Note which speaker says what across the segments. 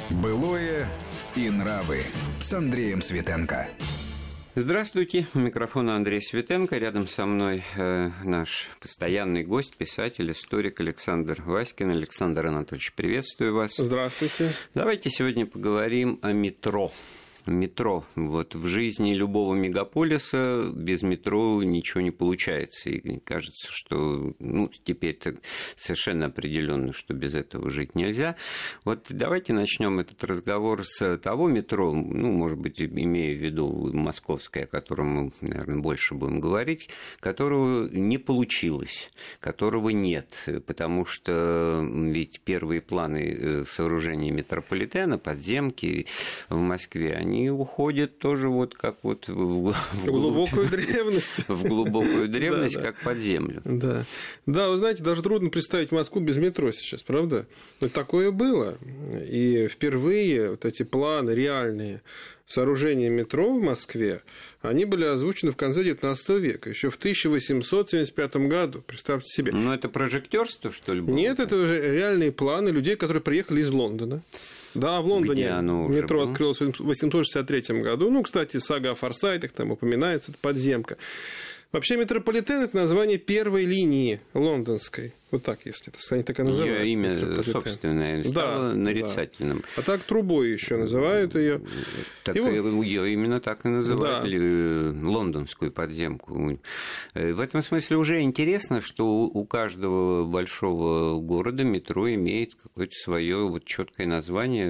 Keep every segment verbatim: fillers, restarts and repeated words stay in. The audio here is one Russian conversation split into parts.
Speaker 1: Былое и нравы с Андреем Светенко.
Speaker 2: Здравствуйте, у микрофона Андрей Светенко. Рядом со мной э, наш постоянный гость, писатель, историк Александр Васькин. Александр Анатольевич, приветствую вас.
Speaker 3: Здравствуйте.
Speaker 2: Давайте сегодня поговорим о метро. Метро. Вот в жизни любого мегаполиса без метро ничего не получается. И кажется, что ну, теперь-то совершенно определенно, что без этого жить нельзя. Вот давайте начнем этот разговор с того метро, ну, может быть, имея в виду московское, о котором мы, наверное, больше будем говорить, которого не получилось, которого нет, потому что ведь первые планы сооружения метрополитена, подземки в Москве, они Они уходят тоже вот как вот в, в,
Speaker 3: в глубокую древность.
Speaker 2: В глубокую древность, как под землю.
Speaker 3: Да. Да, вы знаете, даже трудно представить Москву без метро сейчас, правда? Но такое было. И впервые вот эти планы реальные сооружения метро в Москве, они были озвучены в конце девятнадцатого века, еще в тысяча восемьсот семьдесят пятом году, представьте себе.
Speaker 2: Ну, это прожектерство, что ли, было?
Speaker 3: Нет, это уже реальные планы людей, которые приехали из Лондона. Да, в Лондоне метро открылось в восемьсот шестьдесят третьем году. Ну, кстати, сага о Форсайтах там упоминается, это подземка. Вообще, метрополитен – это название первой линии лондонской. Вот так, если это они так и называют.
Speaker 2: Ее имя собственное стало да, нарицательным.
Speaker 3: Да. А так трубой еще называют ее.
Speaker 2: Так вот... ее именно так и называют, да. Или лондонскую подземку. В этом смысле уже интересно, что у каждого большого города метро имеет какое-то свое вот четкое название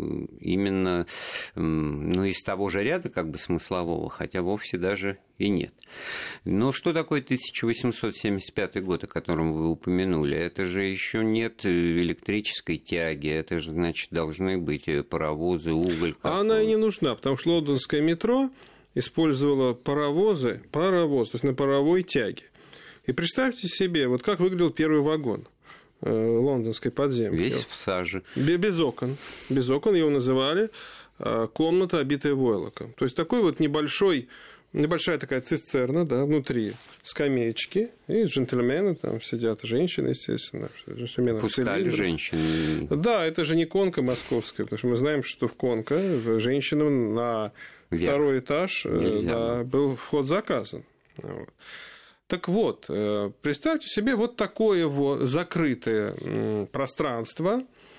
Speaker 2: именно ну, из того же ряда, как бы смыслового, хотя вовсе даже и нет. Но что такое тысяча восемьсот семьдесят пятый год, о котором вы упомянули? Это же еще нет электрической тяги, это же, значит, должны быть паровозы, уголь.
Speaker 3: А она и не нужна, потому что лондонское метро использовало паровозы, паровоз, то есть на паровой тяге. И представьте себе, вот как выглядел первый вагон лондонской подземки.
Speaker 2: Весь в саже.
Speaker 3: Без окон. Без окон его называли комната, обитая войлоком. То есть такой вот небольшой... Небольшая такая цистерна, да, внутри скамеечки, и джентльмены там сидят, женщины, естественно. Джентльмены
Speaker 2: пускали женщин.
Speaker 3: Да, это же не конка московская, потому что мы знаем, что в конка женщинам на Вверх. Второй этаж да, был вход заказан. Вот. Так вот, представьте себе вот такое вот закрытое пространство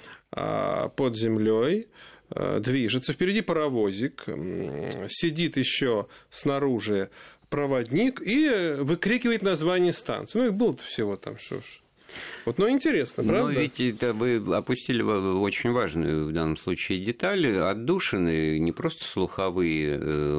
Speaker 3: под землей, движется, впереди паровозик, сидит еще снаружи проводник и выкрикивает название станции. Ну, их было-то всего там, что ж. Вот, ну, интересно, правда?
Speaker 2: Но ведь это вы опустили очень важную в данном случае деталь. Отдушины не просто слуховые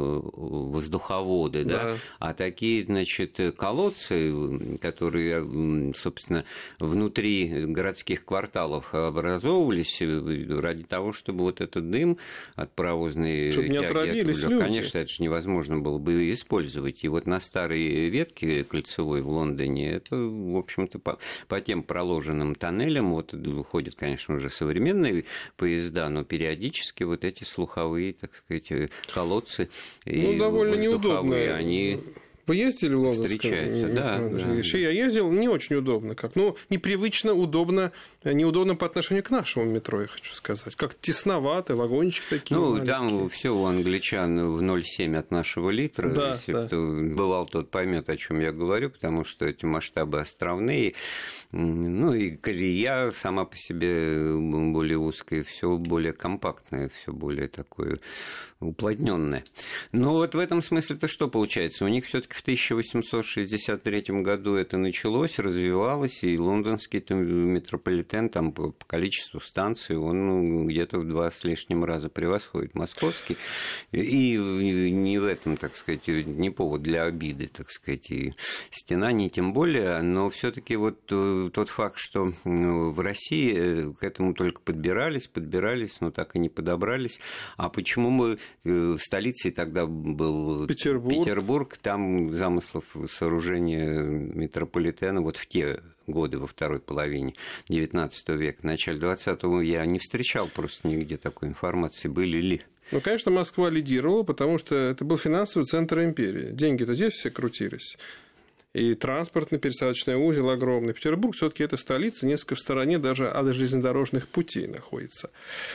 Speaker 2: воздуховоды, да. Да, а такие, значит, колодцы, которые, собственно, внутри городских кварталов образовывались ради того, чтобы вот этот дым от паровозной
Speaker 3: чтобы
Speaker 2: тяги
Speaker 3: не отравились люди.
Speaker 2: Конечно, это же невозможно было бы использовать. И вот на старой ветке кольцевой в Лондоне это, в общем-то, по, по тем проложенным тоннелям, вот выходят, конечно, уже современные поезда, но периодически вот эти слуховые, так сказать, колодцы
Speaker 3: ну,
Speaker 2: и
Speaker 3: довольно неудобно.
Speaker 2: Они...
Speaker 3: Вы ездили в Лондон?
Speaker 2: Встречается, да, да.
Speaker 3: Я ездил, не очень удобно, как, ну, непривычно удобно, неудобно по отношению к нашему метро, я хочу сказать. Как тесновато, вагончик такие
Speaker 2: Ну,
Speaker 3: маленькие.
Speaker 2: Там все у англичан в ноль целых семь десятых от нашего литра.
Speaker 3: Да,
Speaker 2: Если
Speaker 3: да.
Speaker 2: кто бывал, тот поймет, о чем я говорю, потому что эти масштабы островные. Ну, и колея сама по себе более узкая, все более компактное, все более такое уплотненное. Но вот в этом смысле-то что получается? У них все-таки в тысяча восемьсот шестьдесят третьем году это началось, развивалось, и лондонский там, метрополитен там, по количеству станций он ну, где-то в два с лишним раза превосходит московский. И не в этом, так сказать, не повод для обиды, так сказать, и стена не тем более, но все-таки вот тот факт, что в России к этому только подбирались, подбирались, но так и не подобрались. А почему мы столицей тогда был
Speaker 3: Петербург,
Speaker 2: Петербург там замыслов сооружения метрополитена вот в те годы, во второй половине девятнадцатого века, в начале двадцатого я не встречал просто нигде такой информации, были ли.
Speaker 3: Ну, конечно, Москва лидировала, потому что это был финансовый центр империи. Деньги-то здесь все крутились. И транспортный пересадочный узел огромный. Петербург все-таки это столица, несколько в стороне даже от железнодорожных путей находится.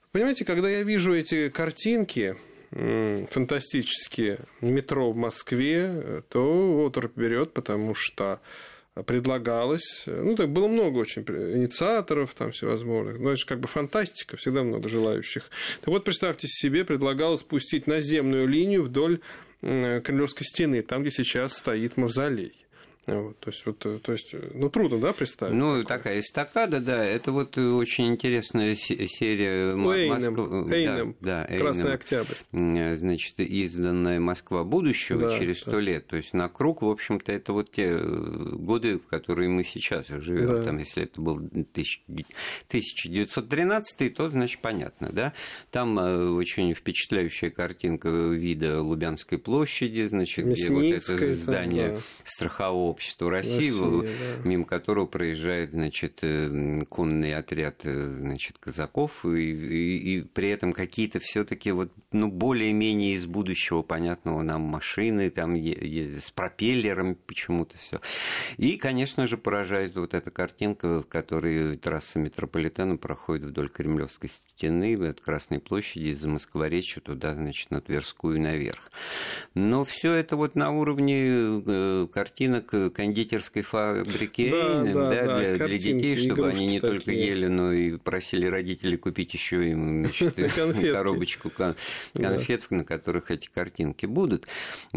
Speaker 3: Понимаете, когда я вижу эти картинки фантастические метро в Москве, то оторопь берет, потому что предлагалось, ну, так было много очень инициаторов там всевозможных, но это же как бы фантастика, всегда много желающих. Так вот, представьте себе, предлагалось спустить наземную линию вдоль Кремлевской стены, там, где сейчас стоит мавзолей. Вот, то есть, вот, то есть, ну, трудно, да, представить?
Speaker 2: Ну,
Speaker 3: такое?
Speaker 2: Такая эстакада, да, это вот очень интересная серия
Speaker 3: Эйнем, Эйнем,
Speaker 2: да, да,
Speaker 3: Красный
Speaker 2: Эйнем,
Speaker 3: Октябрь.
Speaker 2: Значит, изданная «Москва будущего» да, через сто да. лет. То есть, на круг, в общем-то, это вот те годы, в которые мы сейчас живем. Да. Там, если это был тысяча девятьсот тринадцатый, то, значит, понятно, да. Там очень впечатляющая картинка вида Лубянской площади, значит, где вот это здание да. страхового общества России, Россия, да. мимо которого проезжает, значит, конный отряд, значит, казаков, и, и, и при этом какие-то все-таки вот, ну, более-менее из будущего понятного нам машины, там ездят с пропеллером почему-то все. И, конечно же, поражает вот эта картинка, в которой трасса метрополитена проходит вдоль Кремлевской стены, от Красной площади, из-за Москворечья туда, значит, на Тверскую наверх. Но все это вот на уровне картинок кондитерской фабрики да, Эйнем, да, да, да, для, для детей, чтобы они не такие. Только ели, но и просили родителей купить еще им, значит, коробочку конфет, на которых эти картинки будут.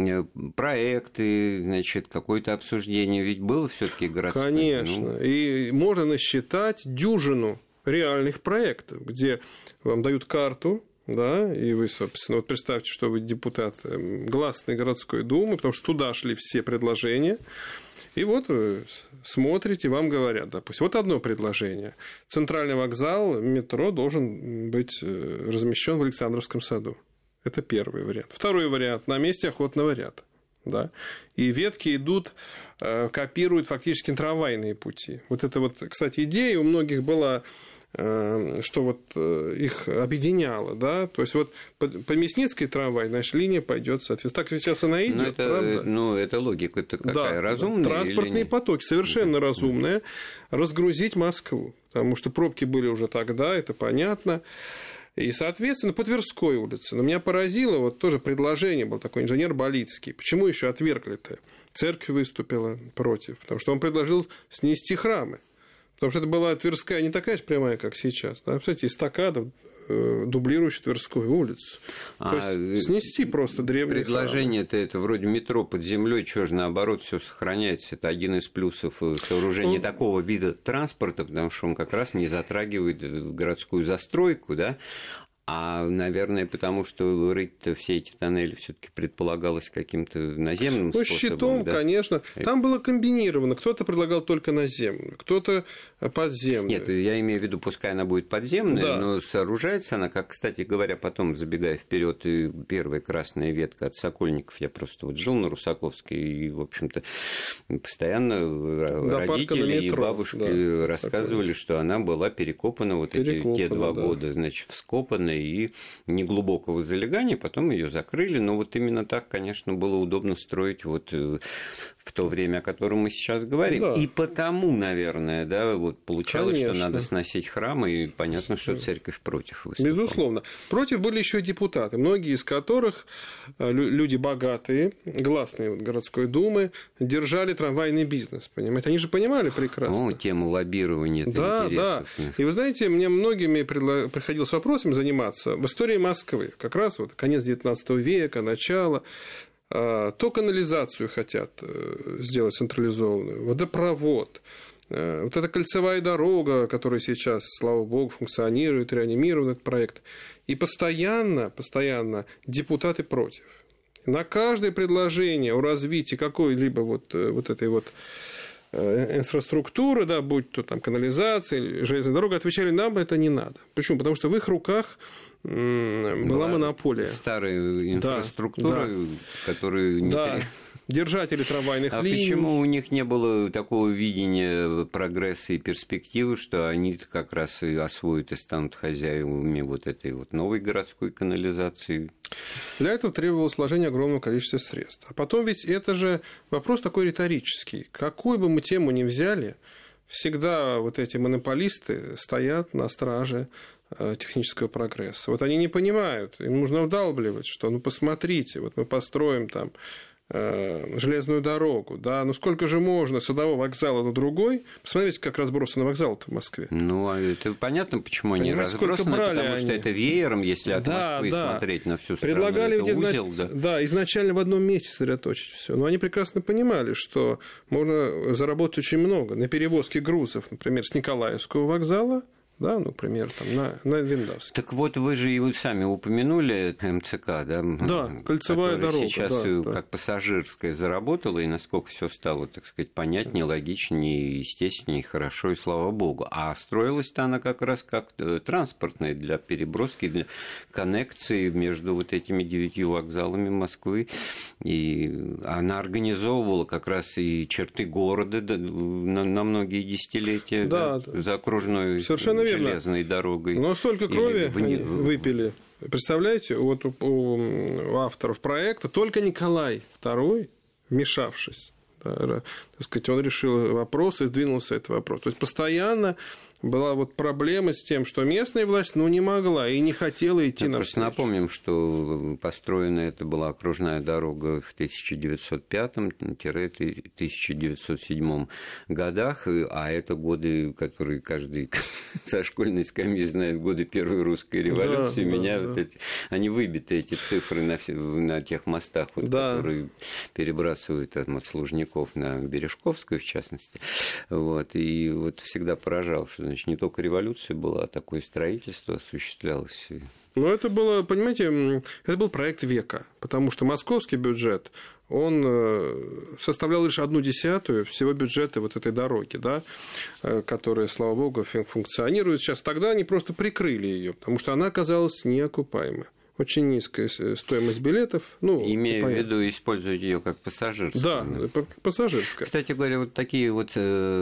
Speaker 2: Проекты, значит, какое-то обсуждение, ведь было все-таки городское.
Speaker 3: Конечно, ну... и можно насчитать дюжину реальных проектов, где вам дают карту, да, и вы, собственно, вот представьте, что вы депутат гласной городской думы, потому что туда шли все предложения, и вот вы смотрите, вам говорят, допустим, вот одно предложение. Центральный вокзал, метро должен быть размещен в Александровском саду. Это первый вариант. Второй вариант – на месте охотного ряда. Да? И ветки идут, копируют фактически трамвайные пути. Вот это вот, кстати, идея у многих была, что вот их объединяло, да, то есть вот по Мясницкой трамвай, значит, линия пойдет, соответственно, так сейчас она идет, это, правда?
Speaker 2: Ну, это логика-то какая, да, разумная?
Speaker 3: Транспортные потоки, совершенно да. разумные, разгрузить Москву, потому что пробки были уже тогда, это понятно. И, соответственно, по Тверской улице. Но меня поразило, вот тоже предложение был такой инженер Болицкий. Почему еще отвергли-то? Церковь выступила против, потому что он предложил снести храмы. Потому что это была Тверская не такая же прямая, как сейчас. Да? Кстати, эстакада, дублирующая Тверскую улицу. А, то есть снести просто древние
Speaker 2: предложение-то это вроде метро под землей, что же наоборот все сохраняется. Это один из плюсов сооружения ну, такого вида транспорта, потому что он как раз не затрагивает городскую застройку, да. А, наверное, потому что рыть-то все эти тоннели все-таки предполагалось каким-то наземным
Speaker 3: ну,
Speaker 2: способом.
Speaker 3: Щитом, да? Конечно. Там было комбинировано. Кто-то предлагал только наземную, кто-то подземную.
Speaker 2: Нет, я имею в виду, пускай она будет подземная, да. но сооружается она, как, кстати говоря, потом, забегая вперед, первая красная ветка от Сокольников. Я просто вот жил на Русаковской, и, в общем-то, постоянно до родители и бабушки да, рассказывали, что она была перекопана вот перекопана, эти те два да. года, значит, вскопана. И неглубокого залегания, потом ее закрыли. Но вот именно так, конечно, было удобно строить вот в то время, о котором мы сейчас говорим. Да. И потому, наверное, да, вот получалось, конечно. Что надо сносить храмы, и понятно, что церковь против выступала.
Speaker 3: Безусловно. Против были еще депутаты, многие из которых люди богатые, гласные городской думы, держали трамвайный бизнес. Понимаете? Они же понимали прекрасно.
Speaker 2: О, тема лоббирования.
Speaker 3: Да, да. И вы знаете, мне многими приходилось вопросами заниматься. В истории Москвы, как раз вот конец девятнадцатого века, начало, то канализацию хотят сделать централизованную, водопровод, вот эта кольцевая дорога, которая сейчас, слава богу, функционирует, реанимирует этот проект. И постоянно, постоянно депутаты против. На каждое предложение о развитии какой-либо вот, вот этой вот инфраструктуры, да, будь то там канализация, железная дорога, отвечали, нам это не надо. Почему? Потому что в их руках была, была монополия.
Speaker 2: Старая инфраструктура, да, которую не
Speaker 3: да. Держатели трамвайных
Speaker 2: а
Speaker 3: линий.
Speaker 2: А почему у них не было такого видения прогресса и перспективы, что они как раз и освоят и станут хозяевами вот этой вот новой городской канализации?
Speaker 3: Для этого требовалось вложение огромного количества средств. А потом ведь это же вопрос такой риторический. Какую бы мы тему ни взяли, всегда вот эти монополисты стоят на страже технического прогресса. Вот они не понимают, им нужно вдалбливать, что, ну, посмотрите, вот мы построим там железную дорогу, да, ну сколько же можно с одного вокзала на другой? Посмотрите, как разбросаны вокзалы в Москве.
Speaker 2: Ну, это понятно, почему они разбросаны, потому они? что это веером, если от
Speaker 3: да,
Speaker 2: Москвы
Speaker 3: да.
Speaker 2: смотреть на всю страну.
Speaker 3: Предлагали
Speaker 2: это
Speaker 3: ведь
Speaker 2: узел,
Speaker 3: изнач...
Speaker 2: да.
Speaker 3: да, изначально в одном месте сосредоточить все. Но они прекрасно понимали, что можно заработать очень много на перевозке грузов, например, с Николаевского вокзала, да, например, там, на, на Виндавске.
Speaker 2: Так вот, вы же и вы сами упомянули эм цэ ка, да?
Speaker 3: Да, кольцевая дорога.
Speaker 2: Сейчас
Speaker 3: да,
Speaker 2: как
Speaker 3: да.
Speaker 2: пассажирская заработала, и насколько все стало, так сказать, понятнее, логичнее, естественнее, хорошо, и слава богу. А строилась-то она как раз как транспортная для переброски, для коннекции между вот этими девятью вокзалами Москвы. И она организовывала как раз и черты города на, на многие десятилетия,
Speaker 3: да,
Speaker 2: да, за окружной
Speaker 3: совершенно
Speaker 2: железной дорогой.
Speaker 3: Но столько крови
Speaker 2: в...
Speaker 3: они выпили. Представляете, вот у, у авторов проекта только Николай второй, вмешавшись, да, так сказать, он решил вопрос и сдвинулся этот вопрос. То есть постоянно была вот проблема с тем, что местная власть, ну, не могла и не хотела идти
Speaker 2: Я
Speaker 3: на
Speaker 2: просто напомним, что построена это была окружная дорога в тысяча девятьсот пятом — тысяча девятьсот седьмом годах, а это годы, которые каждый со школьной скамьи знает, годы Первой русской революции. Да, Меня да, вот да. Эти, они выбиты, эти цифры на, на тех мостах, вот, да. которые перебрасывают от, от Лужников на Бережковскую, в частности. Вот, и вот всегда поражал, что значит, не только революция была, а такое строительство осуществлялось.
Speaker 3: Ну, это было, понимаете, это был проект века, потому что московский бюджет, он составлял лишь одну десятую всего бюджета вот этой дороги, да, которая, слава богу, функционирует сейчас. Тогда они просто прикрыли ее, потому что она оказалась неокупаемой. Очень низкая стоимость билетов. Ну,
Speaker 2: имея в виду использовать ее как пассажирскую.
Speaker 3: Да, как пассажирская.
Speaker 2: Кстати говоря, вот такие вот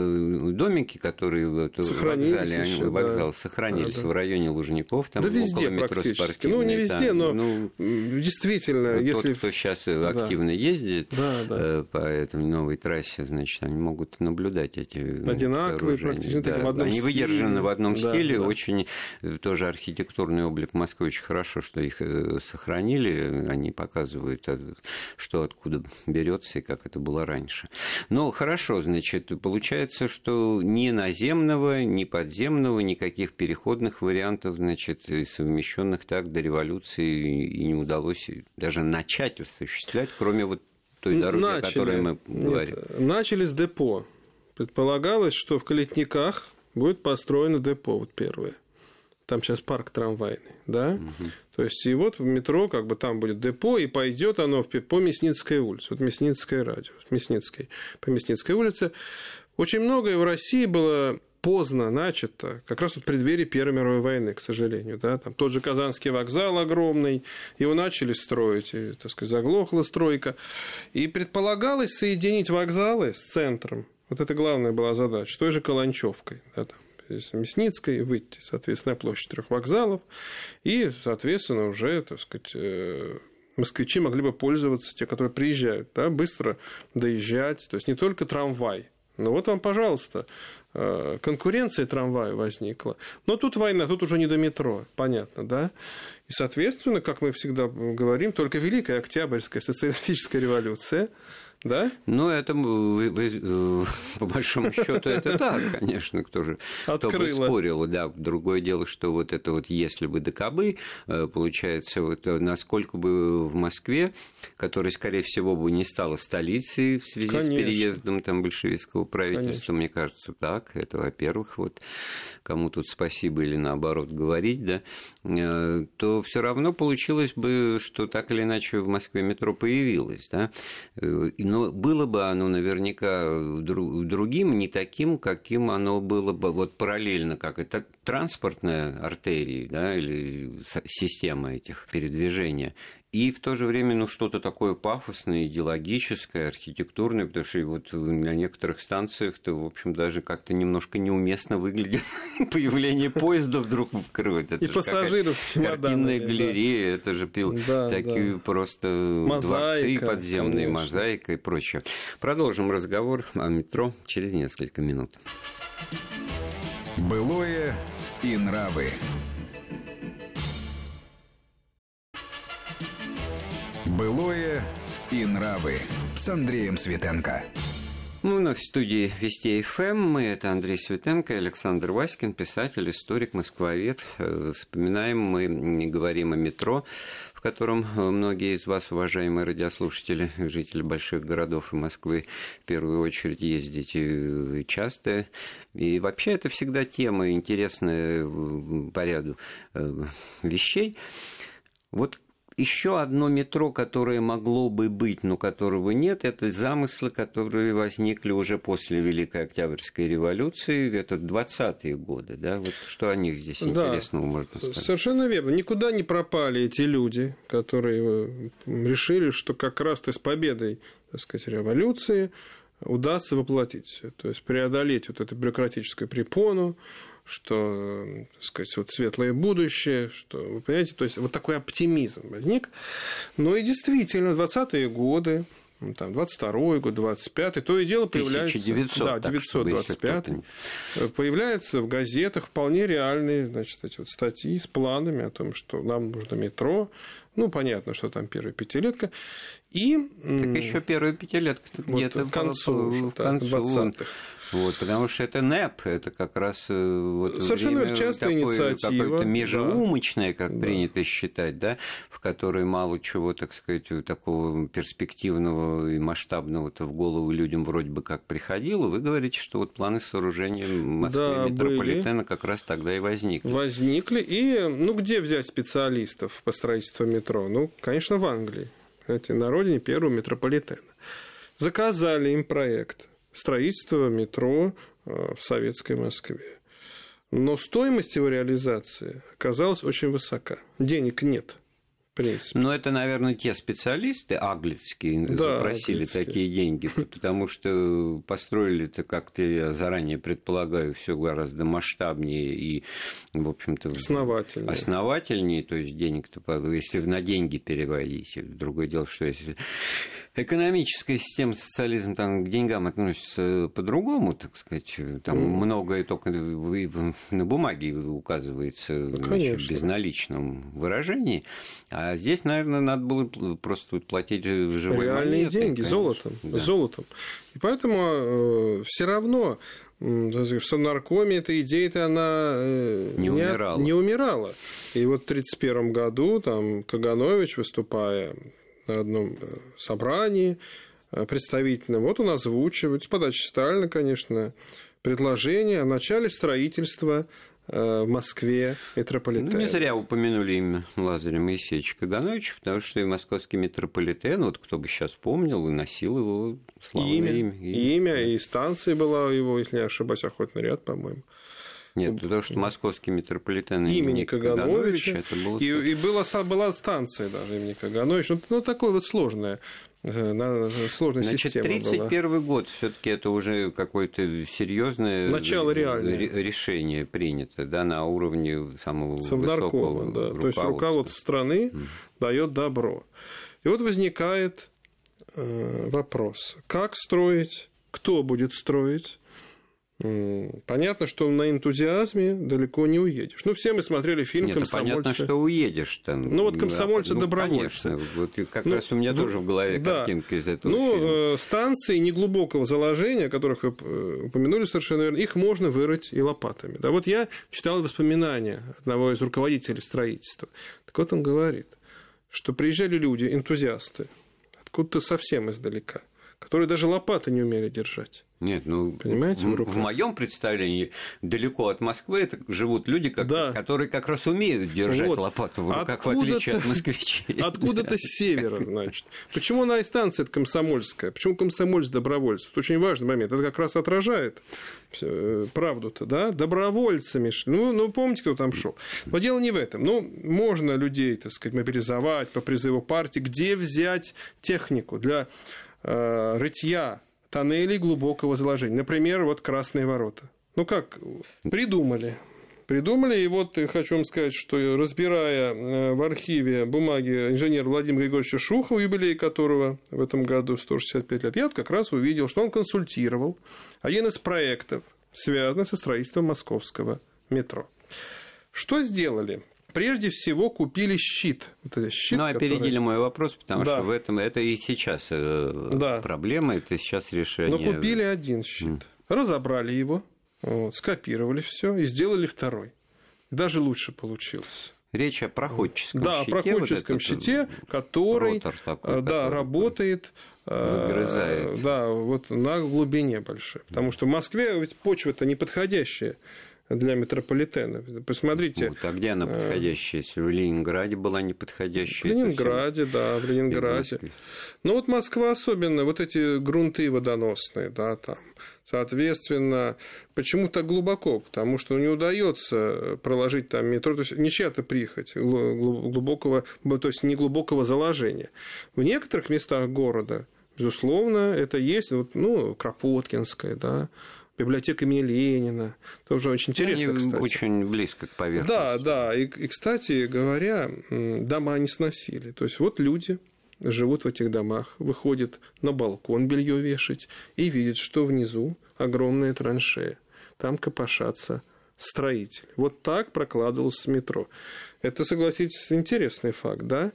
Speaker 2: домики, которые вот в вокзале, еще, они, вокзал да. сохранились да, да. в районе Лужников, там
Speaker 3: да везде
Speaker 2: около метро Спортивный.
Speaker 3: Ну, не везде,
Speaker 2: там,
Speaker 3: но
Speaker 2: ну,
Speaker 3: действительно,
Speaker 2: вот
Speaker 3: если...
Speaker 2: Тот, кто сейчас активно да. ездит
Speaker 3: да, да.
Speaker 2: по этой новой трассе, значит, они могут наблюдать эти
Speaker 3: одинаковые практически.
Speaker 2: Да.
Speaker 3: В одном
Speaker 2: они
Speaker 3: стиле.
Speaker 2: выдержаны в одном
Speaker 3: да,
Speaker 2: стиле,
Speaker 3: да.
Speaker 2: очень тоже архитектурный облик Москвы, очень хорошо, что их сохранили, они показывают, что откуда берется и как это было раньше. Ну, хорошо, значит, получается, что ни наземного, ни подземного, никаких переходных вариантов, значит, совмещенных так до революции и не удалось даже начать осуществлять, кроме вот той дороги, начали, о которой мы говорим.
Speaker 3: Нет, начали с депо. Предполагалось, что в Калитниках будет построено депо, вот первое. Там сейчас парк трамвайный, да? Угу. То есть, и вот в метро, как бы там будет депо, и пойдет оно по Мясницкой улице. Вот Мясницкое радио, Мясницкой, по Мясницкой улице. Очень многое в России было поздно начато, как раз вот в преддверии Первой мировой войны, к сожалению. Да? Там тот же Казанский вокзал огромный, его начали строить, и, так сказать, заглохла стройка. И предполагалось соединить вокзалы с центром. Вот это главная была задача, с той же Каланчевкой, да, там. Мясницкой, выйти, соответственно, на площадь трех вокзалов, и, соответственно, уже, так сказать, москвичи могли бы пользоваться, те, которые приезжают, да, быстро доезжать, то есть не только трамвай. Ну вот вам, пожалуйста, конкуренция трамвая возникла. Но тут война, тут уже не до метро, понятно, да? И, соответственно, как мы всегда говорим, только Великая Октябрьская социалистическая революция, да?
Speaker 2: Ну, это по большому счету это так, конечно, кто же кто бы спорил, да. Другое дело, что вот это вот если бы да кабы, получается, вот насколько бы в Москве, которая, скорее всего, бы не стала столицей в связи конечно. С переездом там большевистского правительства, конечно. Мне кажется, так. Это, во-первых, вот кому тут спасибо или наоборот говорить, да, то все равно получилось бы, что так или иначе в Москве метро появилось, да. Но было бы оно наверняка другим, не таким, каким оно было бы вот параллельно, как это транспортная артерия, да, или система этих передвижения. И в то же время, ну, что-то такое пафосное, идеологическое, архитектурное, потому что вот на некоторых станциях-то, в общем, даже как-то немножко неуместно выглядит появление поезда вдруг вкрывает.
Speaker 3: И пассажиров с чемоданами.
Speaker 2: Картинная галерея, да. Это же пил, да, такие да. просто мозаика, дворцы подземные, конечно. Мозаика и прочее. Продолжим разговор о метро через несколько минут.
Speaker 1: Былое и нравы. Былое и нравы с Андреем Светенко.
Speaker 2: Мы вновь в студии Вести эф эм. Мы, это Андрей Светенко и Александр Васькин, писатель, историк, москвовед. Вспоминаем мы, говорим о метро, в котором многие из вас, уважаемые радиослушатели, жители больших городов и Москвы, в первую очередь ездите часто. И вообще это всегда тема интересная по ряду вещей. Вот еще одно метро, которое могло бы быть, но которого нет, это замыслы, которые возникли уже после Великой Октябрьской революции, это двадцатые годы, да? Вот что о них здесь да, интересного можно сказать?
Speaker 3: Совершенно верно. Никуда не пропали эти люди, которые решили, что как раз-то с победой, так сказать, революции удастся воплотить все, то есть преодолеть вот эту бюрократическую препону, что, так сказать, вот светлое будущее, что, вы понимаете, то есть вот такой оптимизм возник. Ну и действительно, в двадцатые годы, там, двадцать второй год, двадцать пятый, то и дело появляется...
Speaker 2: тысяча девятьсот,
Speaker 3: да, девятьсот двадцать пятый, появляются в газетах вполне реальные, значит, эти вот статьи с планами о том, что нам нужно метро. Ну, понятно, что там первая пятилетка. И...
Speaker 2: Так еще первая пятилетка вот где-то
Speaker 3: к концу,
Speaker 2: в концу
Speaker 3: двадцатых.
Speaker 2: Вот, потому что это НЭП, это как раз вот
Speaker 3: совершенно
Speaker 2: время
Speaker 3: частая
Speaker 2: такое,
Speaker 3: инициатива,
Speaker 2: какое-то межеумочное, как
Speaker 3: да.
Speaker 2: принято считать, да, в которой мало чего, так сказать, такого перспективного и масштабного-то в голову людям вроде бы как приходило. Вы говорите, что вот планы сооружения Москвы да, метрополитена были. Как раз тогда и возникли.
Speaker 3: Возникли. И, ну, где взять специалистов по строительству метро? Ну, конечно, в Англии. Знаете, на родине первого метрополитена. Заказали им проект строительства метро в советской Москве. Но стоимость его реализации оказалась очень высока. Денег нет.
Speaker 2: Но это, наверное, те специалисты аглицкие да, запросили аглицкие. Такие деньги, потому что построили-то, как-то я заранее предполагаю, все гораздо масштабнее и, в общем-то,
Speaker 3: основательнее.
Speaker 2: основательнее, то есть денег-то, если на деньги переводить. Другое дело, что если экономическая система социализма там, к деньгам относится по-другому, так сказать, там mm. многое только на бумаге указывается ну, значит, в безналичном выражении, а здесь, наверное, надо было просто платить живой
Speaker 3: реальные
Speaker 2: монетой,
Speaker 3: деньги, конечно. золотом, да. золотом. И поэтому э, все равно в Совнаркоме эта идея-то она э,
Speaker 2: не,
Speaker 3: не
Speaker 2: умирала.
Speaker 3: не умирала. И вот в тридцать первом году там Каганович, выступая на одном собрании представительном, вот он озвучивает, с подачи Сталина, конечно, предложение о начале строительства в Москве метрополитена.
Speaker 2: Ну, не зря упомянули имя Лазаря Моисеевича Кагановича, потому что и московский метрополитен, вот кто бы сейчас помнил, и носил его славное имя. Имя,
Speaker 3: и, имя, да. И станция была его, если не ошибаюсь, охотный ряд, по-моему.
Speaker 2: Нет, потому что московский метрополитен
Speaker 3: имени,
Speaker 2: имени Кагановича,
Speaker 3: Кагановича
Speaker 2: это было...
Speaker 3: и, и была, была станция даже имени Кагановича. Ну, ну такое вот сложное. Сложная
Speaker 2: Значит,
Speaker 3: система
Speaker 2: тридцать первый год все-таки это уже какое-то серьезное
Speaker 3: начало реальное
Speaker 2: решение принято, да, на уровне самого
Speaker 3: Совнаркома,
Speaker 2: высокого
Speaker 3: да,
Speaker 2: руководства.
Speaker 3: То есть руководство страны mm. дает добро. И вот возникает э, вопрос: как строить, кто будет строить? Понятно, что на энтузиазме далеко не уедешь. Ну, все мы смотрели фильм
Speaker 2: Нет,
Speaker 3: «Комсомольцы».
Speaker 2: Понятно, что уедешь там.
Speaker 3: Ну, вот «Комсомольцы-добровольцы».
Speaker 2: Ну, вот как
Speaker 3: ну,
Speaker 2: раз у меня
Speaker 3: ну,
Speaker 2: тоже в голове
Speaker 3: да.
Speaker 2: картинка из этого
Speaker 3: ну,
Speaker 2: фильма.
Speaker 3: Ну, станции неглубокого заложения, о которых вы упомянули совершенно верно, их можно вырыть и лопатами. Да, вот я читал воспоминания одного из руководителей строительства. Так вот он говорит, что приезжали люди, энтузиасты, откуда-то совсем издалека, которые даже лопаты не умели держать.
Speaker 2: Нет, ну,
Speaker 3: понимаете,
Speaker 2: в, в моем представлении далеко от Москвы это живут люди, как, да. которые как раз умеют держать вот. лопату в руках, откуда-то, в отличие от москвичей.
Speaker 3: Откуда-то с севера, значит. Почему на станция это Комсомольская? Почему Комсомольцы добровольцы? Это очень важный момент. Это как раз отражает правду-то, да? Добровольцами шли. Ну, ну, помните, кто там шел. Но дело не в этом. Ну, можно людей, так сказать, мобилизовать по призыву партии. Где взять технику для э, рытья тоннелей глубокого заложения? Например, вот Красные ворота. Ну как, придумали. Придумали, и вот хочу вам сказать, что разбирая в архиве бумаги инженера Владимира Григорьевича Шухова, юбилей которого в этом году сто шестьдесят пять лет, я вот как раз увидел, что он консультировал один из проектов связанные со строительством московского метро. Что сделали? Прежде всего купили щит. Вот этот щит,
Speaker 2: ну, опередили
Speaker 3: который...
Speaker 2: мой вопрос, потому да. что в этом это и сейчас
Speaker 3: да.
Speaker 2: проблема, это сейчас решение.
Speaker 3: Но купили один щит, mm. разобрали его, вот, скопировали все и сделали второй. Даже лучше получилось.
Speaker 2: Речь о проходческом
Speaker 3: да,
Speaker 2: щите.
Speaker 3: Да, о проходческом вот щите, который такой, да, который работает
Speaker 2: выгрызает.
Speaker 3: Да, вот на глубине большой. Потому что в Москве ведь почва-то неподходящая для метрополитена. Посмотрите.
Speaker 2: Вот, а где она подходящая? Если в Ленинграде была неподходящая.
Speaker 3: В Ленинграде, да, в Ленинграде. Ну вот Москва особенно, вот эти грунты водоносные, да, там. Соответственно, почему так глубоко? Потому что не удается проложить там метро, то есть не чья-то прихоть глубокого, то есть не глубокого заложения. В некоторых местах города, безусловно, это есть, ну, Кропоткинская, да, библиотека имени Ленина. Тоже очень интересно,
Speaker 2: Они
Speaker 3: кстати.
Speaker 2: Очень близко к поверхности.
Speaker 3: Да, да. И, и, кстати говоря, дома не сносили. То есть вот люди живут в этих домах, выходят на балкон белье вешать и видят, что внизу огромная траншея. Там копошатся строители. Вот так прокладывался метро. Это, согласитесь, интересный факт, да?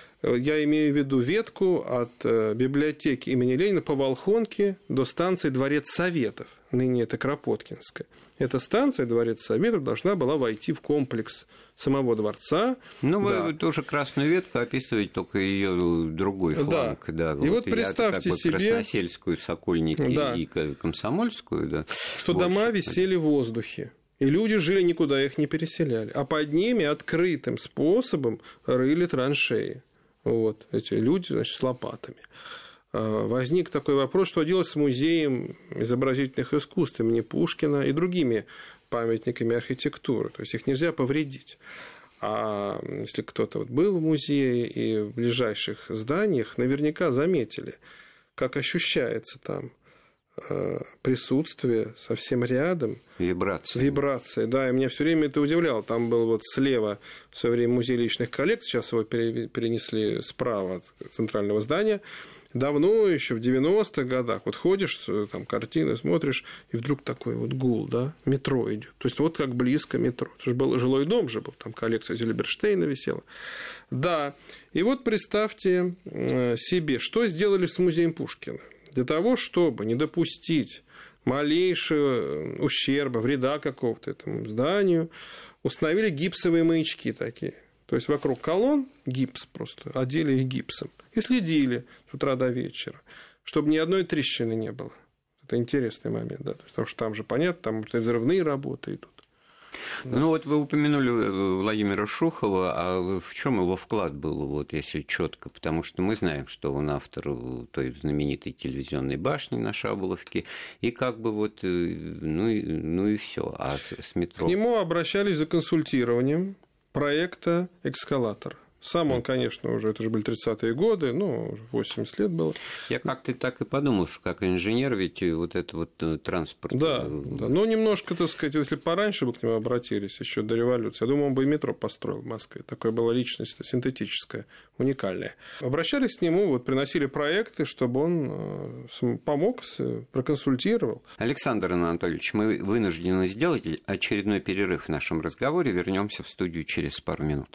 Speaker 3: Я имею в виду ветку от библиотеки имени Ленина по Волхонке до станции Дворец Советов. Ныне это Кропоткинская. Эта станция, Дворец Советов, должна была войти в комплекс самого дворца.
Speaker 2: Ну,
Speaker 3: да.
Speaker 2: вы тоже красную ветку описываете, только ее другой фланг.
Speaker 3: Да.
Speaker 2: Да.
Speaker 3: И вот,
Speaker 2: вот
Speaker 3: представьте
Speaker 2: как бы
Speaker 3: себе...
Speaker 2: Красносельскую, Сокольники
Speaker 3: да.
Speaker 2: и Комсомольскую. Да,
Speaker 3: что
Speaker 2: больше.
Speaker 3: Дома висели в воздухе. И люди жили, никуда их не переселяли. А под ними открытым способом рыли траншеи. Вот эти люди, значит, с лопатами. Возник такой вопрос, что делать с музеем изобразительных искусств имени Пушкина и другими памятниками архитектуры. То есть их нельзя повредить. А если кто-то вот был в музее и в ближайших зданиях, наверняка заметили, как ощущается там присутствие совсем рядом.
Speaker 2: Вибрация.
Speaker 3: Вибрация, да, и меня все время это удивляло. Там был вот слева в свое время музей личных коллекций, сейчас его перенесли справа от центрального здания. Давно, еще в девяностых годах, вот ходишь, там картины смотришь, и вдруг такой вот гул, да, метро идет. То есть вот как близко метро. Это же был жилой дом же был, там коллекция Зильберштейна висела. Да, и вот представьте себе, что сделали с музеем Пушкина. Для того, чтобы не допустить малейшего ущерба, вреда какого-то этому зданию, установили гипсовые маячки такие. То есть вокруг колонн гипс просто, одели их гипсом. И следили с утра до вечера, чтобы ни одной трещины не было. Это интересный момент, да. Потому что там же, понятно, там взрывные работы идут.
Speaker 2: Да. Ну вот вы упомянули Владимира Шухова, а в чем его вклад был, вот если четко, потому что мы знаем, что он автор той знаменитой телевизионной башни на Шаболовке, и как бы вот, ну и, ну и все, а с метро.
Speaker 3: К нему обращались за консультированием проекта эскалатора. Сам он, конечно, уже, это же были тридцатые годы, ну, восемьдесят лет было.
Speaker 2: Я как-то так и подумал, что как инженер, ведь вот это вот транспорт.
Speaker 3: Да, да. Ну, немножко, так сказать, если пораньше бы к нему обратились, еще до революции, я думаю, он бы и метро построил в Москве. Такая была личность синтетическая, уникальная. Обращались к нему, вот приносили проекты, чтобы он помог, проконсультировал.
Speaker 2: Александр Анатольевич, мы вынуждены сделать очередной перерыв в нашем разговоре. Вернемся в студию через пару минут.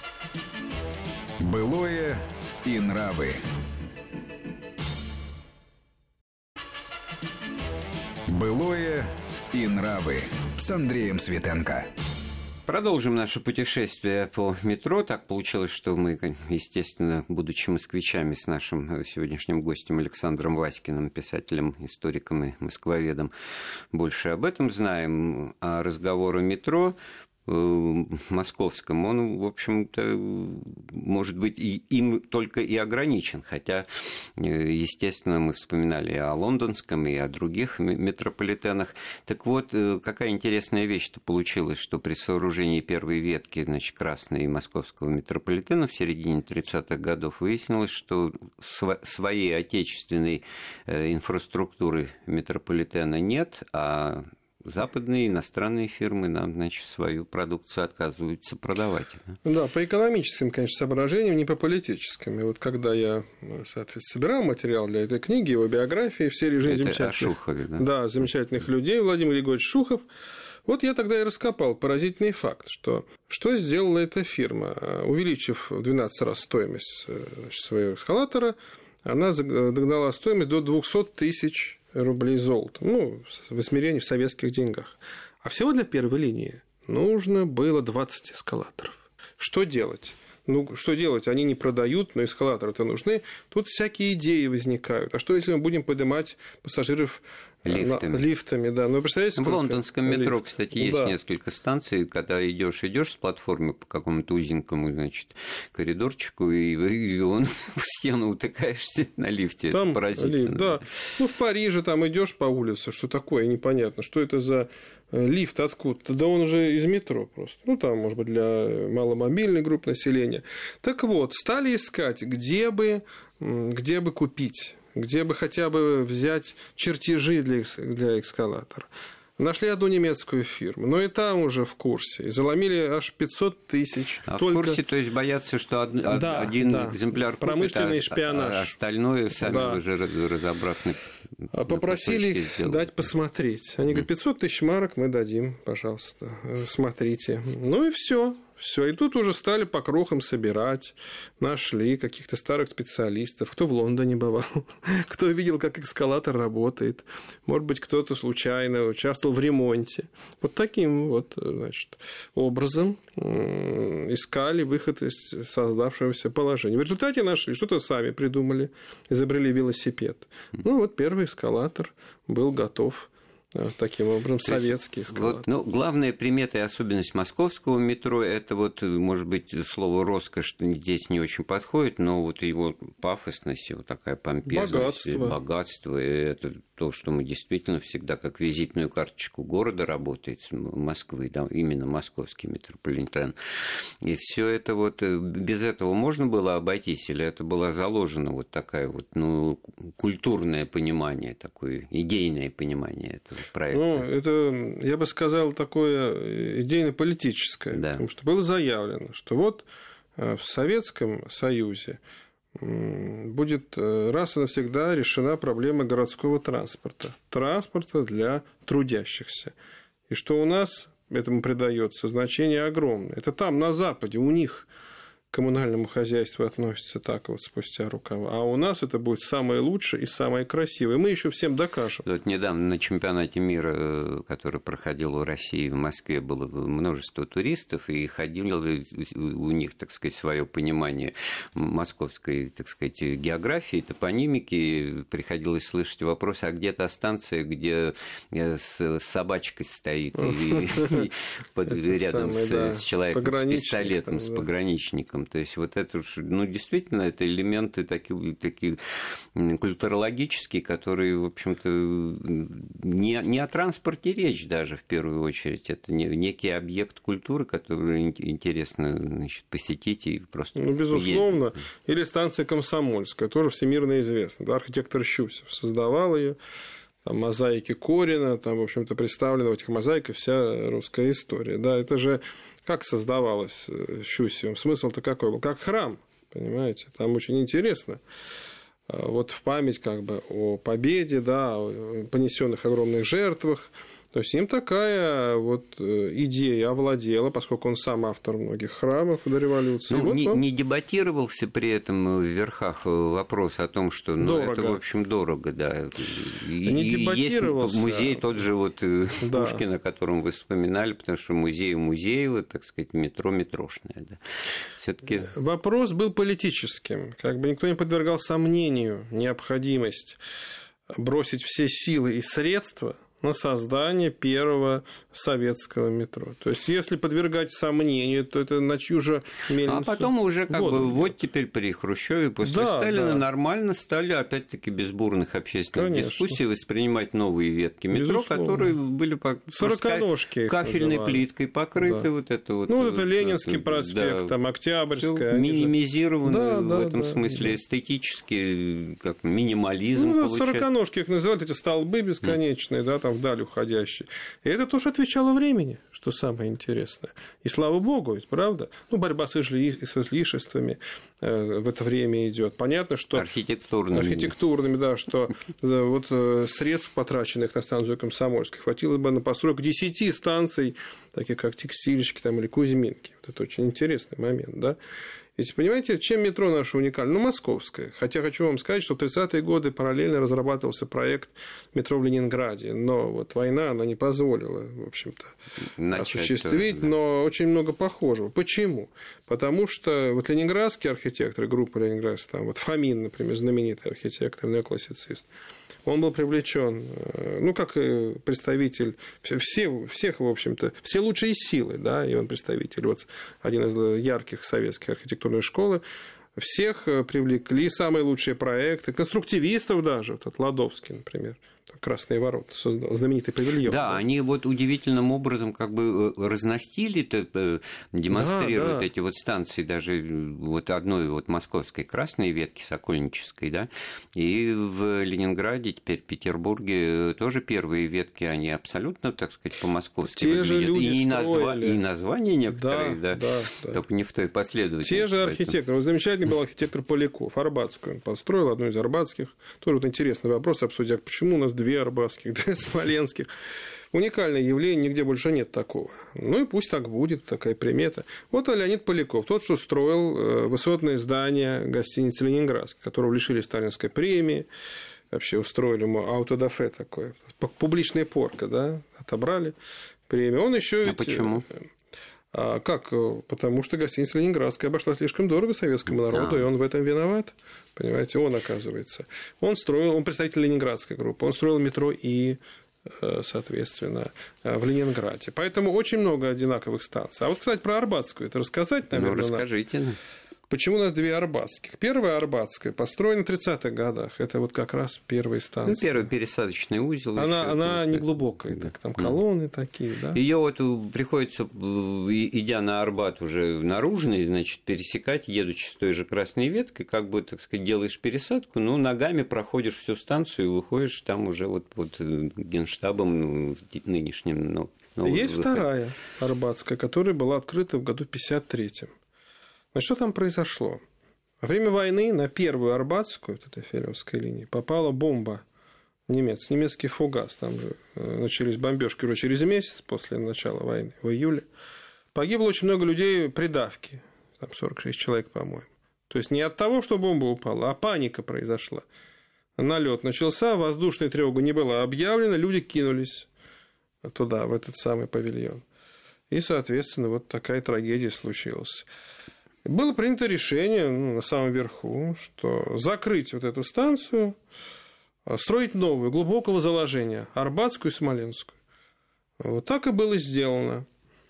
Speaker 1: Былое и нравы. Былое и нравы с Андреем Светенко.
Speaker 2: Продолжим наше путешествие по метро. Так получилось, что мы, естественно, будучи москвичами, с нашим сегодняшним гостем Александром Васькиным, писателем, историком и москвоведом, больше об этом знаем. А разговор о метро московском, он, в общем-то, может быть, и им только и ограничен, хотя, естественно, мы вспоминали и о лондонском, и о других метрополитенах. Так вот, какая интересная вещь-то получилась, что при сооружении первой ветки, значит, красной московского метрополитена в середине тридцатых годов выяснилось, что своей отечественной инфраструктуры метрополитена нет, а западные, иностранные фирмы нам, значит, свою продукцию отказываются продавать. Да,
Speaker 3: да, по экономическим, конечно, соображениям, не по политическим. И вот когда я, соответственно, собирал материал для этой книги, его биографии, в серии «Жизнь замечательных,
Speaker 2: Шухове, да?
Speaker 3: Да, замечательных людей, Владимир Егорович Шухов, вот я тогда и раскопал поразительный факт, что что сделала эта фирма, увеличив в двенадцать раз стоимость, значит, своего эскалатора, она догнала стоимость до двести тысяч рублей золота, ну, в измерении в советских деньгах. А всего для первой линии нужно было двадцать эскалаторов. Что делать? Ну, что делать? Они не продают, но эскалаторы-то нужны. Тут всякие идеи возникают. А что, если мы будем поднимать пассажиров
Speaker 2: лифтами?
Speaker 3: Лифтами, да. Ну, представляете,
Speaker 2: в лондонском метро, лифт? Кстати, есть
Speaker 3: да.
Speaker 2: несколько станций, когда идешь, идешь с платформы по какому-то узенькому, значит, коридорчику, и, и он в стену утыкаешься на лифте.
Speaker 3: Там
Speaker 2: это поразительно.
Speaker 3: Лифт, да. Ну, в Париже там идешь по улице, что такое, непонятно. Что это за лифт, откуда-то? Да он уже из метро просто. Ну, там, может быть, для маломобильной группы населения. Так вот, стали искать, где бы, где бы купить, где бы хотя бы взять чертежи для, для эскалатора. Нашли одну немецкую фирму, но и там уже в курсе. И заломили аж пятьсот тысяч.
Speaker 2: А
Speaker 3: только...
Speaker 2: в курсе, то есть боятся, что од...
Speaker 3: да,
Speaker 2: один
Speaker 3: да.
Speaker 2: экземпляр купит,
Speaker 3: промышленный
Speaker 2: а,
Speaker 3: шпионаж.
Speaker 2: А остальное сами да. уже разобрав. На...
Speaker 3: Попросили их дать посмотреть. Они говорят, пятьсот тысяч марок мы дадим, пожалуйста, смотрите. Ну и все. Все, и тут уже стали по крохам собирать, нашли каких-то старых специалистов, кто в Лондоне бывал, кто видел, как эскалатор работает, может быть, кто-то случайно участвовал в ремонте. Вот таким вот, значит, образом искали выход из создавшегося положения. В результате нашли, что-то сами придумали, изобрели велосипед. Ну, вот первый эскалатор был готов. Таким образом, то советский эскалатор.
Speaker 2: Вот, ну, главная примета и особенность московского метро – это, вот, может быть, слово «роскошь» здесь не очень подходит, но вот его пафосность, вот такая помпезность,
Speaker 3: богатство.
Speaker 2: богатство – это то, что мы действительно всегда как визитную карточку города работает, Москвы, да, именно московский метрополитен. И все это вот, без этого можно было обойтись, или это было заложено вот такая вот, ну, культурное понимание, такое идейное понимание этого проекта?
Speaker 3: Ну, это, я бы сказал, такое идейно-политическое, да. Потому что было заявлено, что вот в Советском Союзе будет раз и навсегда решена проблема городского транспорта, транспорта для трудящихся. И что у нас этому придается значение огромное. Это там, на Западе, у них к коммунальному хозяйству относятся так вот спустя рукава. А у нас это будет самое лучшее и самое красивое. Мы еще всем докажем.
Speaker 2: Вот недавно на чемпионате мира, который проходил в России, в Москве, было множество туристов, и ходило у них, так сказать, свое понимание московской, так сказать, географии, топонимики. Приходилось слышать вопрос, а где та станция, где с собачкой стоит рядом с человеком с пистолетом, с пограничником. То есть, вот это, ну, действительно, это элементы такие, такие культурологические, которые, в общем-то, не, не о транспорте речь даже, в первую очередь. Это не, некий объект культуры, который интересно, значит, посетить и просто
Speaker 3: Ну, безусловно.
Speaker 2: ездить.
Speaker 3: Или станция Комсомольская, тоже всемирно известна. Да, архитектор Щусев создавал ее. Там мозаики Корина, там, в общем-то, представлена в этих мозаиках вся русская история. Да, это же как создавалось Щусевым? Смысл-то какой был? Как храм, понимаете? Там очень интересно. Вот в память как бы о победе, да, о понесенных огромных жертвах. То есть им такая вот идея овладела, поскольку он сам автор многих храмов до революции.
Speaker 2: Ну,
Speaker 3: вот
Speaker 2: не,
Speaker 3: он...
Speaker 2: не дебатировался при этом в верхах вопрос о том, что ну, это, в общем, дорого, да. И,
Speaker 3: не дебатировался.
Speaker 2: Есть музей тот же вот
Speaker 3: да.
Speaker 2: Пушкина, о котором вы вспоминали, потому что музей музей, вот, так сказать, метро метрошное. Да. Всё-таки...
Speaker 3: Вопрос был политическим. Как бы никто не подвергал сомнению необходимость бросить все силы и средства на создание первого советского метро. То есть, если подвергать сомнению, то это на чью же мельницу?
Speaker 2: А потом уже как
Speaker 3: воду
Speaker 2: бы
Speaker 3: бьёт.
Speaker 2: вот теперь при Хрущеве после
Speaker 3: да,
Speaker 2: Сталина
Speaker 3: да.
Speaker 2: нормально стали, опять-таки, без бурных общественных
Speaker 3: Конечно.
Speaker 2: дискуссий воспринимать новые ветки метро,
Speaker 3: Безусловно.
Speaker 2: которые были по
Speaker 3: Сороконожки
Speaker 2: кафельной
Speaker 3: называли.
Speaker 2: плиткой покрыты.
Speaker 3: Да.
Speaker 2: Вот это вот,
Speaker 3: ну, вот это
Speaker 2: вот,
Speaker 3: Ленинский
Speaker 2: да,
Speaker 3: проспект, там Октябрьская.
Speaker 2: минимизировано
Speaker 3: да,
Speaker 2: в
Speaker 3: да,
Speaker 2: этом
Speaker 3: да,
Speaker 2: смысле
Speaker 3: да.
Speaker 2: эстетически, как минимализм
Speaker 3: Ну, да,
Speaker 2: получается.
Speaker 3: сороконожки их называют, эти столбы бесконечные, да, там там вдаль уходящий. И это тоже отвечало времени, что самое интересное. И слава богу, ведь правда? Ну, борьба с, изли... с излишествами э, в это время идет. Понятно, что...
Speaker 2: Архитектурными.
Speaker 3: Архитектурными, да, что вот средств, потраченных на станцию Комсомольской, хватило бы на постройку десяти станций, таких как Текстильщики там, или Кузьминки. Вот это очень интересный момент, да? Ведь, понимаете, чем метро наше уникально? Ну, московское. Хотя хочу вам сказать, что в тридцатые годы параллельно разрабатывался проект метро в Ленинграде. Но вот война, она не позволила, в общем-то, начать осуществить. Тоже, да. Но очень много похожего. Почему? Потому что вот ленинградские архитекторы, группа ленинградских, там, вот Фомин, например, знаменитый архитектор, неоклассицист, он был привлечен, ну, как представитель все, всех, в общем-то, все лучшие силы, да, и он представитель, вот один из ярких советских архитектурной школы, всех привлекли, самые лучшие проекты, конструктивистов даже, вот Ладовский, например. Красные ворота создал, знаменитый павильон.
Speaker 2: Да, да, они вот удивительным образом как бы разносили, демонстрируют да, да. эти вот станции, даже вот одной вот московской красной ветки, Сокольнической, да, и в Ленинграде, теперь в Петербурге тоже первые ветки, они абсолютно, так сказать, по-московски
Speaker 3: выглядят. Же люди
Speaker 2: и, назва... и названия некоторые, да,
Speaker 3: да, да,
Speaker 2: только не в той последовательности.
Speaker 3: Те же архитекторы. Вот замечательный был архитектор Поляков, Арбатскую он построил, одну из арбатских. Тоже вот интересный вопрос обсудить, почему у нас две арбатских, две смоленских. Уникальное явление, нигде больше нет такого. Ну и пусть так будет, такая примета. Вот Леонид Поляков, тот, что строил высотное здание гостиницы «Ленинградской», которого лишили сталинской премии, вообще устроили ему аутодафе такое, публичная порка, да, отобрали премию. Он еще
Speaker 2: а
Speaker 3: ведь...
Speaker 2: почему?
Speaker 3: А как? Потому что гостиница «Ленинградская» обошла слишком дорого советскому народу,
Speaker 2: а.
Speaker 3: и он в этом виноват. Понимаете, он, оказывается. Он строил, он представитель ленинградской группы, он строил метро и, соответственно, в Ленинграде. Поэтому очень много одинаковых станций. А вот, кстати, про Арбатскую это рассказать, наверное,
Speaker 2: ну, расскажите.
Speaker 3: Надо. Почему у нас две арбатских? Первая арбатская построена в тридцатых годах. Это вот как раз первые станции.
Speaker 2: Ну, первый пересадочный узел.
Speaker 3: Она, она не глубокая, так, там колонны mm. такие, да.
Speaker 2: Ее вот приходится, идя на Арбат уже наружный, значит, пересекать, едучи с той же красной веткой, как бы, так сказать, делаешь пересадку, ну, ногами проходишь всю станцию и выходишь там уже вот, вот генштабом нынешним. Ну,
Speaker 3: Есть выходит. Вторая арбатская, которая была открыта в году пятьдесят третьем. Значит, что там произошло? Во время войны на первую Арбатскую, вот этой Фелевской линии, попала бомба немец, немецкий фугас. Там же начались бомбежки уже через месяц после начала войны, в июле. Погибло очень много людей при давке. Там сорок шесть человек, по-моему. То есть не от того, что бомба упала, а паника произошла. Налет начался, воздушная тревога не была объявлена, люди кинулись туда, в этот самый павильон. И, соответственно, вот такая трагедия случилась. Было принято решение, ну, на самом верху, что закрыть вот эту станцию, строить новую, глубокого заложения, Арбатскую и Смоленскую. Вот так и было сделано.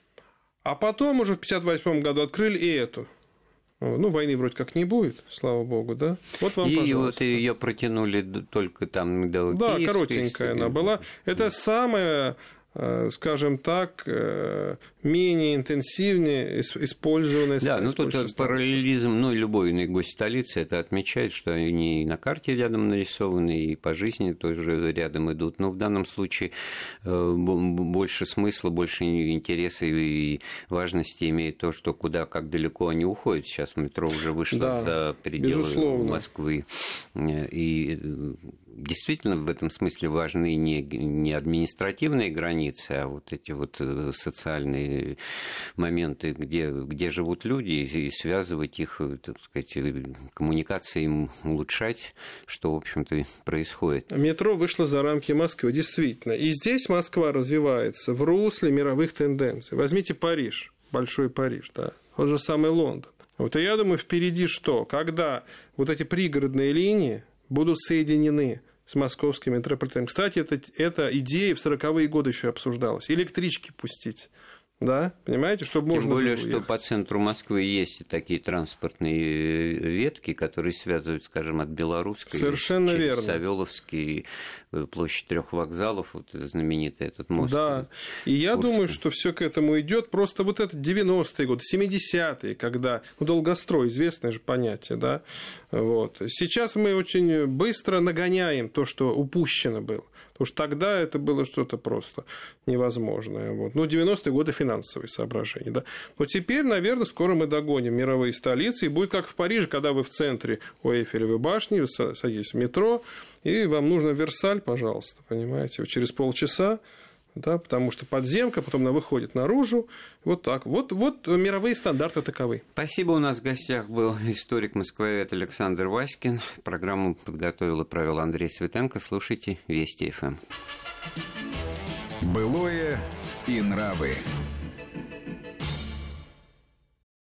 Speaker 3: А потом уже в пятьдесят восьмом году открыли и эту. Ну, войны вроде как не будет, слава богу, да? Вот вам,
Speaker 2: и
Speaker 3: пожалуйста.
Speaker 2: И вот ее протянули только там до
Speaker 3: Да,
Speaker 2: Киевской,
Speaker 3: коротенькая она была. Это самая, скажем так, менее интенсивнее использованная.
Speaker 2: Да, ну тут параллелизм, ну, любой госстолицы это отмечает, что они и на карте рядом нарисованы, и по жизни тоже рядом идут. Но в данном случае больше смысла, больше интереса и важности имеет то, что куда, как далеко они уходят. Сейчас метро уже вышло да, за пределы безусловно. Москвы. И действительно в этом смысле важны не, не административные границы, а вот эти вот социальные моменты, где, где живут люди, и связывать их, так сказать, коммуникации им улучшать, что, в общем-то, происходит.
Speaker 3: Метро вышло за рамки Москвы, действительно. И здесь Москва развивается в русле мировых тенденций. Возьмите Париж, Большой Париж, да, тот же самый Лондон. Вот и я думаю, впереди что? Когда вот эти пригородные линии будут соединены с московским метрополитеном. Кстати, это, эта идея в сороковые годы еще обсуждалась. Электрички пустить. Да, понимаете, чтобы
Speaker 2: Тем
Speaker 3: можно
Speaker 2: более,
Speaker 3: было
Speaker 2: что
Speaker 3: ехать.
Speaker 2: По центру Москвы есть такие транспортные ветки, которые связывают, скажем, от Белорусской
Speaker 3: Совершенно
Speaker 2: через
Speaker 3: верно.
Speaker 2: Савеловский, площадь трех вокзалов, вот знаменитый этот мост.
Speaker 3: Да, и я
Speaker 2: Курском.
Speaker 3: думаю, что все к этому идет. Просто вот это девяностые годы, семидесятые, когда ну, долгострой, известное же понятие, да. Вот. Сейчас мы очень быстро нагоняем то, что упущено было. Потому что тогда это было что-то просто невозможное. Вот. Ну, девяностые годы финансовые соображения. Да? Но теперь, наверное, скоро мы догоним мировые столицы. И будет как в Париже, когда вы в центре у Эйфелевой башни, вы садитесь в метро, и вам нужно в Версаль, пожалуйста, понимаете, через полчаса. Да, потому что подземка, потом она выходит наружу. Вот так. Вот, вот мировые стандарты таковы.
Speaker 2: Спасибо. У нас в гостях был историк-москвовед Александр Васькин. Программу подготовил и провел Андрей Светенко. Слушайте Вести ФМ.
Speaker 1: Былое и нравы.